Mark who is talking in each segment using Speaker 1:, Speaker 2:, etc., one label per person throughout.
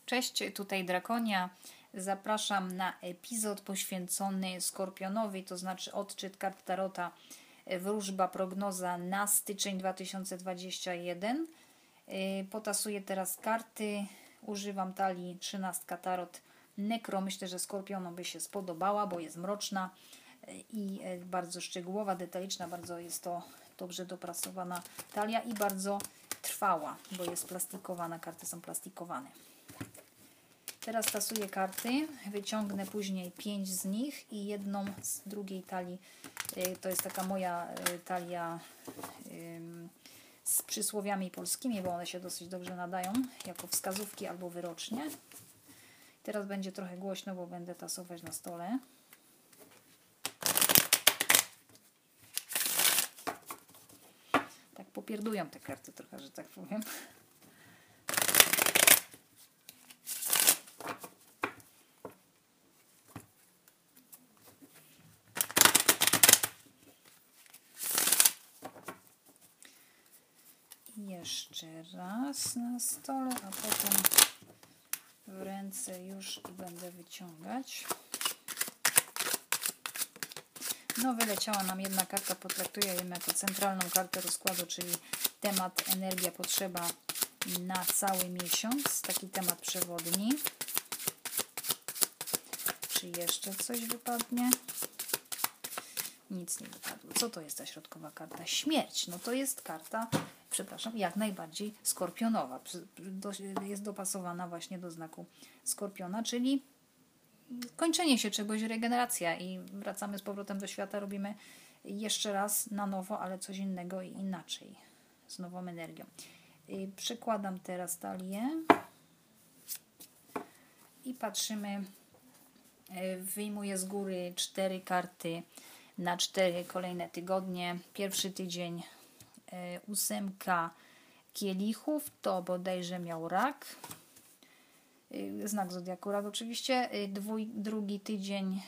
Speaker 1: Cześć, tutaj Drakonia. Zapraszam na epizod poświęcony Skorpionowi, to znaczy odczyt kart Tarota, wróżba, prognoza na styczeń 2021. Potasuję teraz karty. Używam talii 13 Tarot Necro. Myślę, że Skorpionom by się spodobała, bo jest mroczna i bardzo szczegółowa, detaliczna. Bardzo jest to dobrze dopracowana talia i bardzo trwała, bo jest plastikowana. Karty są plastikowane. Teraz tasuję karty, wyciągnę później 5 z nich i jedną z drugiej talii. To jest taka moja talia z przysłowiami polskimi, bo one się dosyć dobrze nadają jako wskazówki albo wyrocznie. Teraz będzie trochę głośno, bo będę tasować na stole. Tak popierdują te karty trochę, że tak powiem. Jeszcze raz na stole, a potem w ręce już i będę wyciągać. No, wyleciała nam jedna karta, potraktuję ją jako centralną kartę rozkładu, czyli temat, energia, potrzeba na cały miesiąc. Taki temat przewodni. Czy jeszcze coś wypadnie? Nic nie wypadło. Co to jest ta środkowa karta? Śmierć. No to jest karta, przepraszam, jak najbardziej skorpionowa. Jest dopasowana właśnie do znaku skorpiona, czyli kończenie się czegoś, regeneracja i wracamy z powrotem do świata, robimy jeszcze raz na nowo, ale coś innego i inaczej. Z nową energią. Przekładam teraz talię i patrzymy. Wyjmuję z góry 4 karty na 4 kolejne tygodnie. Pierwszy tydzień 8 kielichów, to bodajże miał rak. Znak zodiaku rak oczywiście. Drugi tydzień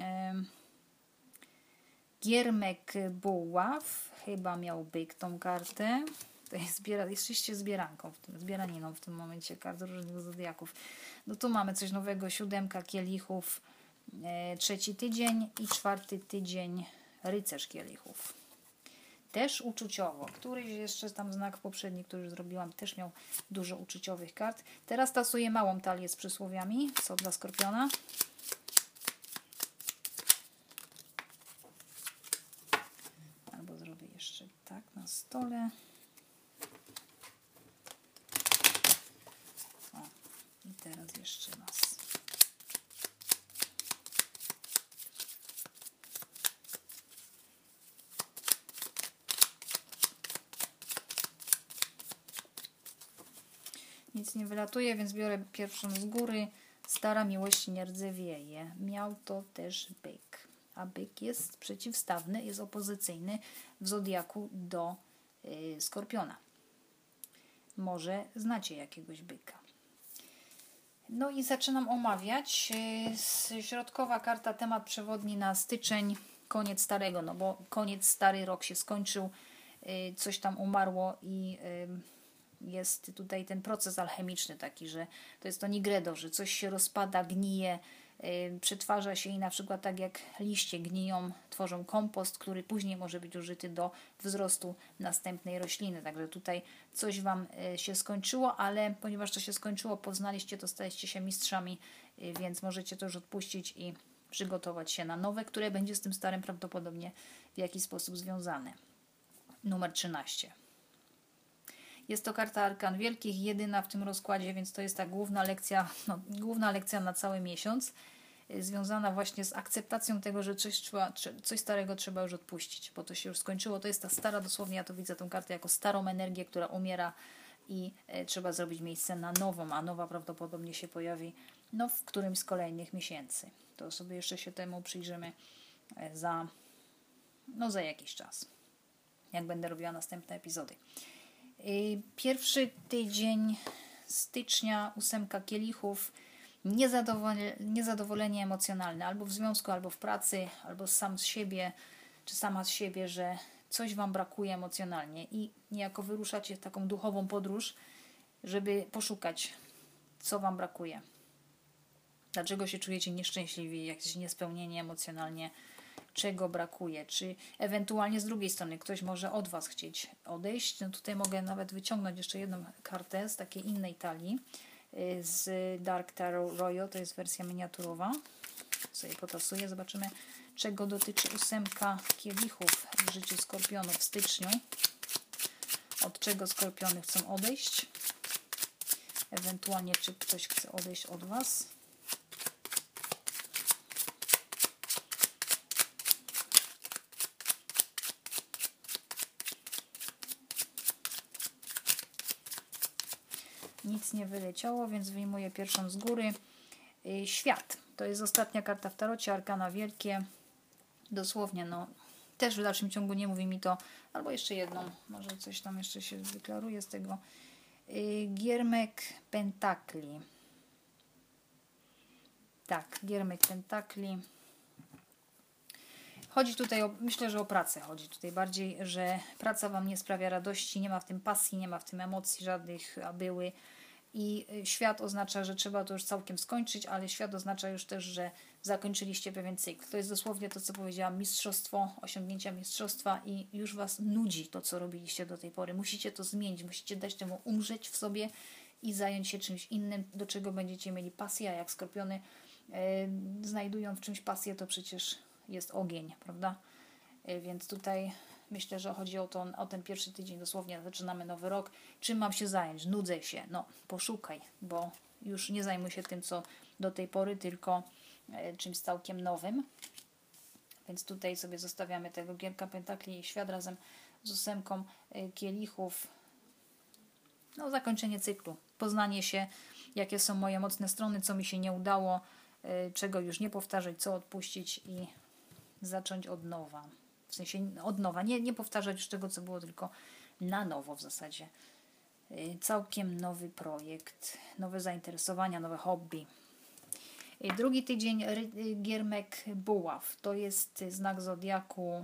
Speaker 1: giermek buław, chyba miał byk tą kartę. To jest jeszcze zbieranką, zbieraniną w tym momencie kart różnych zodiaków. No tu mamy coś nowego, 7 kielichów, trzeci tydzień i 4 tydzień rycerz kielichów. Też uczuciowo. Któryś jeszcze tam znak poprzedni, który już zrobiłam, też miał dużo uczuciowych kart. Teraz tasuję małą talię z przysłowiami, co dla Skorpiona. Albo zrobię jeszcze tak na stole. O, i teraz jeszcze raz. Nic nie wylatuje, więc biorę pierwszą z góry. Stara miłość nie rdzewieje. Miał to też byk. A byk jest przeciwstawny, jest opozycyjny w zodiaku do Skorpiona. Może znacie jakiegoś byka. No i zaczynam omawiać. Środkowa karta, temat przewodni na styczeń, koniec starego, no bo stary rok się skończył, coś tam umarło i jest tutaj ten proces alchemiczny taki, że to jest to nigredo, że coś się rozpada, gnije, przetwarza się i na przykład tak jak liście gniją, tworzą kompost, który później może być użyty do wzrostu następnej rośliny. Także tutaj coś Wam się skończyło, ale ponieważ to się skończyło, poznaliście to, staliście się mistrzami, więc możecie to już odpuścić i przygotować się na nowe, które będzie z tym starym prawdopodobnie w jakiś sposób związane. Numer 13. Jest to karta Arkan Wielkich, jedyna w tym rozkładzie, więc to jest ta główna lekcja na cały miesiąc, związana właśnie z akceptacją tego, że coś starego trzeba już odpuścić, bo to się już skończyło. To jest ta stara, dosłownie ja to widzę tę kartę jako starą energię, która umiera i trzeba zrobić miejsce na nową, a nowa prawdopodobnie się pojawi w którymś z kolejnych miesięcy. To sobie jeszcze się temu przyjrzymy za jakiś czas, jak będę robiła następne epizody. Pierwszy tydzień stycznia, 8 kielichów, niezadowolenie emocjonalne, albo w związku, albo w pracy, albo sam z siebie, czy sama z siebie, że coś Wam brakuje emocjonalnie i niejako wyruszacie w taką duchową podróż, żeby poszukać Co Wam brakuje? Dlaczego się czujecie nieszczęśliwi, jakieś niespełnieni emocjonalnie? Czego brakuje? Czy ewentualnie z drugiej strony ktoś może od Was chcieć odejść? No tutaj mogę nawet wyciągnąć jeszcze jedną kartę z takiej innej talii, z Dark Tarot Royal, to jest wersja miniaturowa. Sobie potasuję, zobaczymy, czego dotyczy 8 kielichów w życiu Skorpionów w styczniu. Od czego Skorpiony chcą odejść? Ewentualnie, czy ktoś chce odejść od Was? Nic nie wyleciało, więc wyjmuję pierwszą z góry. Świat. To jest ostatnia karta w tarocie, arkana wielkie. Dosłownie, no, też w dalszym ciągu nie mówi mi to, albo jeszcze jedną, może coś tam jeszcze się wyklaruje z tego. Giermek Pentakli. Tak, Giermek Pentakli. Chodzi tutaj myślę, że o pracę chodzi tutaj bardziej, że praca Wam nie sprawia radości, nie ma w tym pasji, nie ma w tym emocji żadnych, a były. I świat oznacza, że trzeba to już całkiem skończyć, ale świat oznacza już też, że zakończyliście pewien cykl. To jest dosłownie to, co powiedziałam, mistrzostwo, osiągnięcia mistrzostwa i już Was nudzi to, co robiliście do tej pory. Musicie to zmienić, musicie dać temu umrzeć w sobie i zająć się czymś innym, do czego będziecie mieli pasję, a jak Skorpiony znajdują w czymś pasję, to przecież jest ogień, prawda? Więc tutaj myślę, że chodzi o ten pierwszy tydzień, dosłownie zaczynamy nowy rok. Czym mam się zająć? Nudzę się. No, poszukaj, bo już nie zajmuj się tym, co do tej pory, tylko czymś całkiem nowym. Więc tutaj sobie zostawiamy tego Gierka Pentakli i świat razem z 8 kielichów. No, zakończenie cyklu. Poznanie się, jakie są moje mocne strony, co mi się nie udało, czego już nie powtarzać, co odpuścić i zacząć od nowa. W sensie od nowa. Nie powtarzać już tego, co było, tylko na nowo w zasadzie. Całkiem nowy projekt, nowe zainteresowania, nowe hobby. Drugi tydzień Giermek Buław. To jest znak zodiaku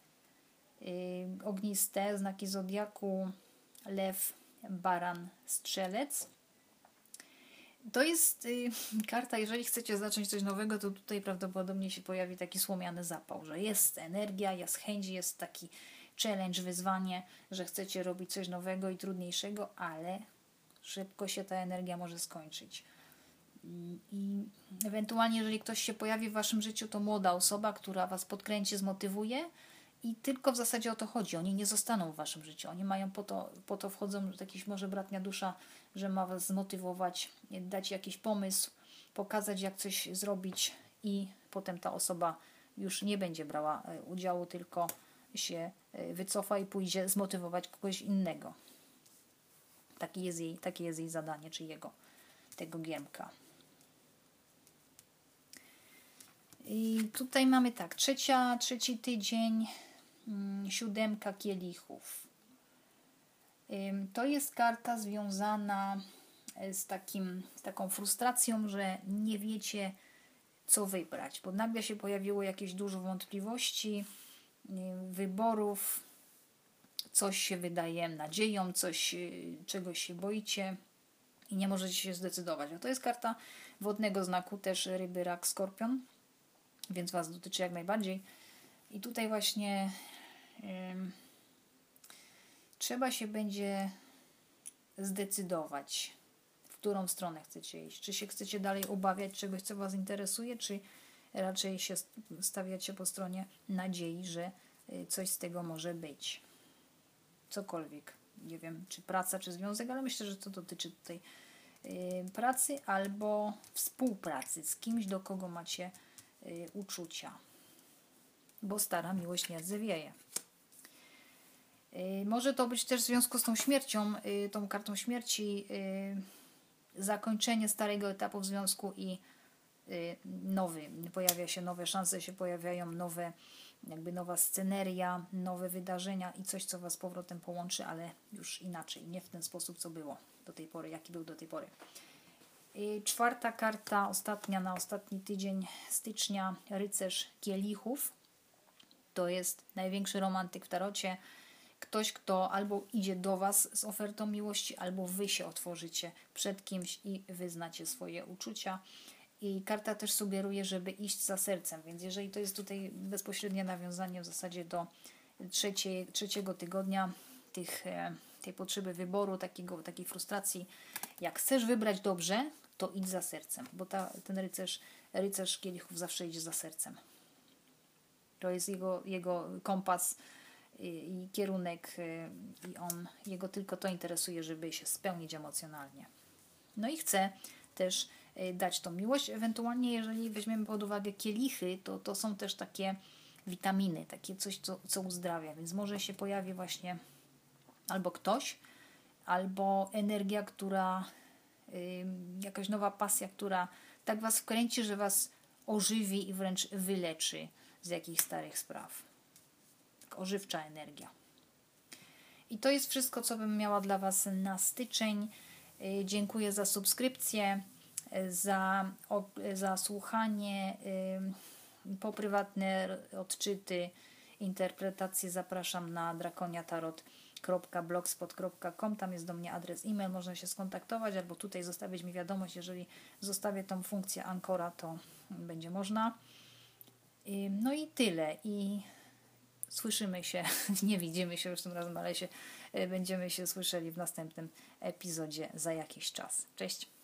Speaker 1: ogniste, znaki zodiaku lew, baran, strzelec. To jest karta, jeżeli chcecie zacząć coś nowego, to tutaj prawdopodobnie się pojawi taki słomiany zapał, że jest energia, jest chęć, jest taki challenge, wyzwanie, że chcecie robić coś nowego i trudniejszego, ale szybko się ta energia może skończyć. I ewentualnie, jeżeli ktoś się pojawi w Waszym życiu, to młoda osoba, która Was podkręci, zmotywuje i tylko w zasadzie o to chodzi. Oni nie zostaną w Waszym życiu. Oni mają po to wchodzą, jakiś może bratnia dusza, że ma Was zmotywować, dać jakiś pomysł, pokazać, jak coś zrobić i potem ta osoba już nie będzie brała udziału, tylko się wycofa i pójdzie zmotywować kogoś innego. Takie jest jej zadanie, czy tego Giermka. I tutaj mamy tak, trzeci tydzień, 7 kielichów. To jest karta związana z taką frustracją, że nie wiecie, co wybrać, bo nagle się pojawiło jakieś dużo wątpliwości, wyborów, coś się wydaje nadzieją, czegoś się boicie i nie możecie się zdecydować. A to jest karta wodnego znaku, też ryby, rak, skorpion, więc Was dotyczy jak najbardziej. I tutaj właśnie trzeba się będzie zdecydować, w którą stronę chcecie iść. Czy się chcecie dalej obawiać czegoś, co Was interesuje, czy raczej się stawiacie po stronie nadziei, że coś z tego może być. Cokolwiek. Nie wiem, czy praca, czy związek, ale myślę, że to dotyczy tutaj pracy albo współpracy z kimś, do kogo macie uczucia. Bo stara miłość nie rdzewieje. Może to być też w związku z tą śmiercią, tą kartą śmierci, zakończenie starego etapu w związku i nowy. Pojawia się nowe szanse, się pojawiają nowa sceneria, nowe wydarzenia i coś, co Was z powrotem połączy, ale już inaczej, nie w ten sposób, co było do tej pory, jaki był do tej pory. 4 karta, ostatnia na ostatni tydzień stycznia, rycerz kielichów. To jest największy romantyk w tarocie. ktoś, kto albo idzie do Was z ofertą miłości, albo Wy się otworzycie przed kimś i wyznacie swoje uczucia. I karta też sugeruje, żeby iść za sercem, więc jeżeli to jest tutaj bezpośrednie nawiązanie w zasadzie do trzeciego tygodnia tej potrzeby wyboru, takiej frustracji, jak chcesz wybrać dobrze, to idź za sercem, bo ten rycerz kielichów zawsze idzie za sercem. To jest jego kompas i kierunek i jego tylko to interesuje, żeby się spełnić emocjonalnie. No i chce też dać tą miłość. Ewentualnie, jeżeli weźmiemy pod uwagę kielichy, to są też takie witaminy, takie coś, co uzdrawia, więc może się pojawi właśnie albo ktoś, albo energia, jakaś nowa pasja, która tak Was wkręci, że Was ożywi i wręcz wyleczy z jakichś starych spraw. Tak ożywcza energia. I to jest wszystko, co bym miała dla Was na styczeń. Dziękuję za subskrypcję, za słuchanie. Po prywatne odczyty, interpretacje zapraszam na drakoniatarot.blogspot.com. Tam jest do mnie adres e-mail, można się skontaktować albo tutaj zostawić mi wiadomość. Jeżeli zostawię tą funkcję Ankora, to będzie można. No i tyle. I słyszymy się, nie widzimy się już tym razem, ale będziemy się słyszeli w następnym epizodzie za jakiś czas. Cześć!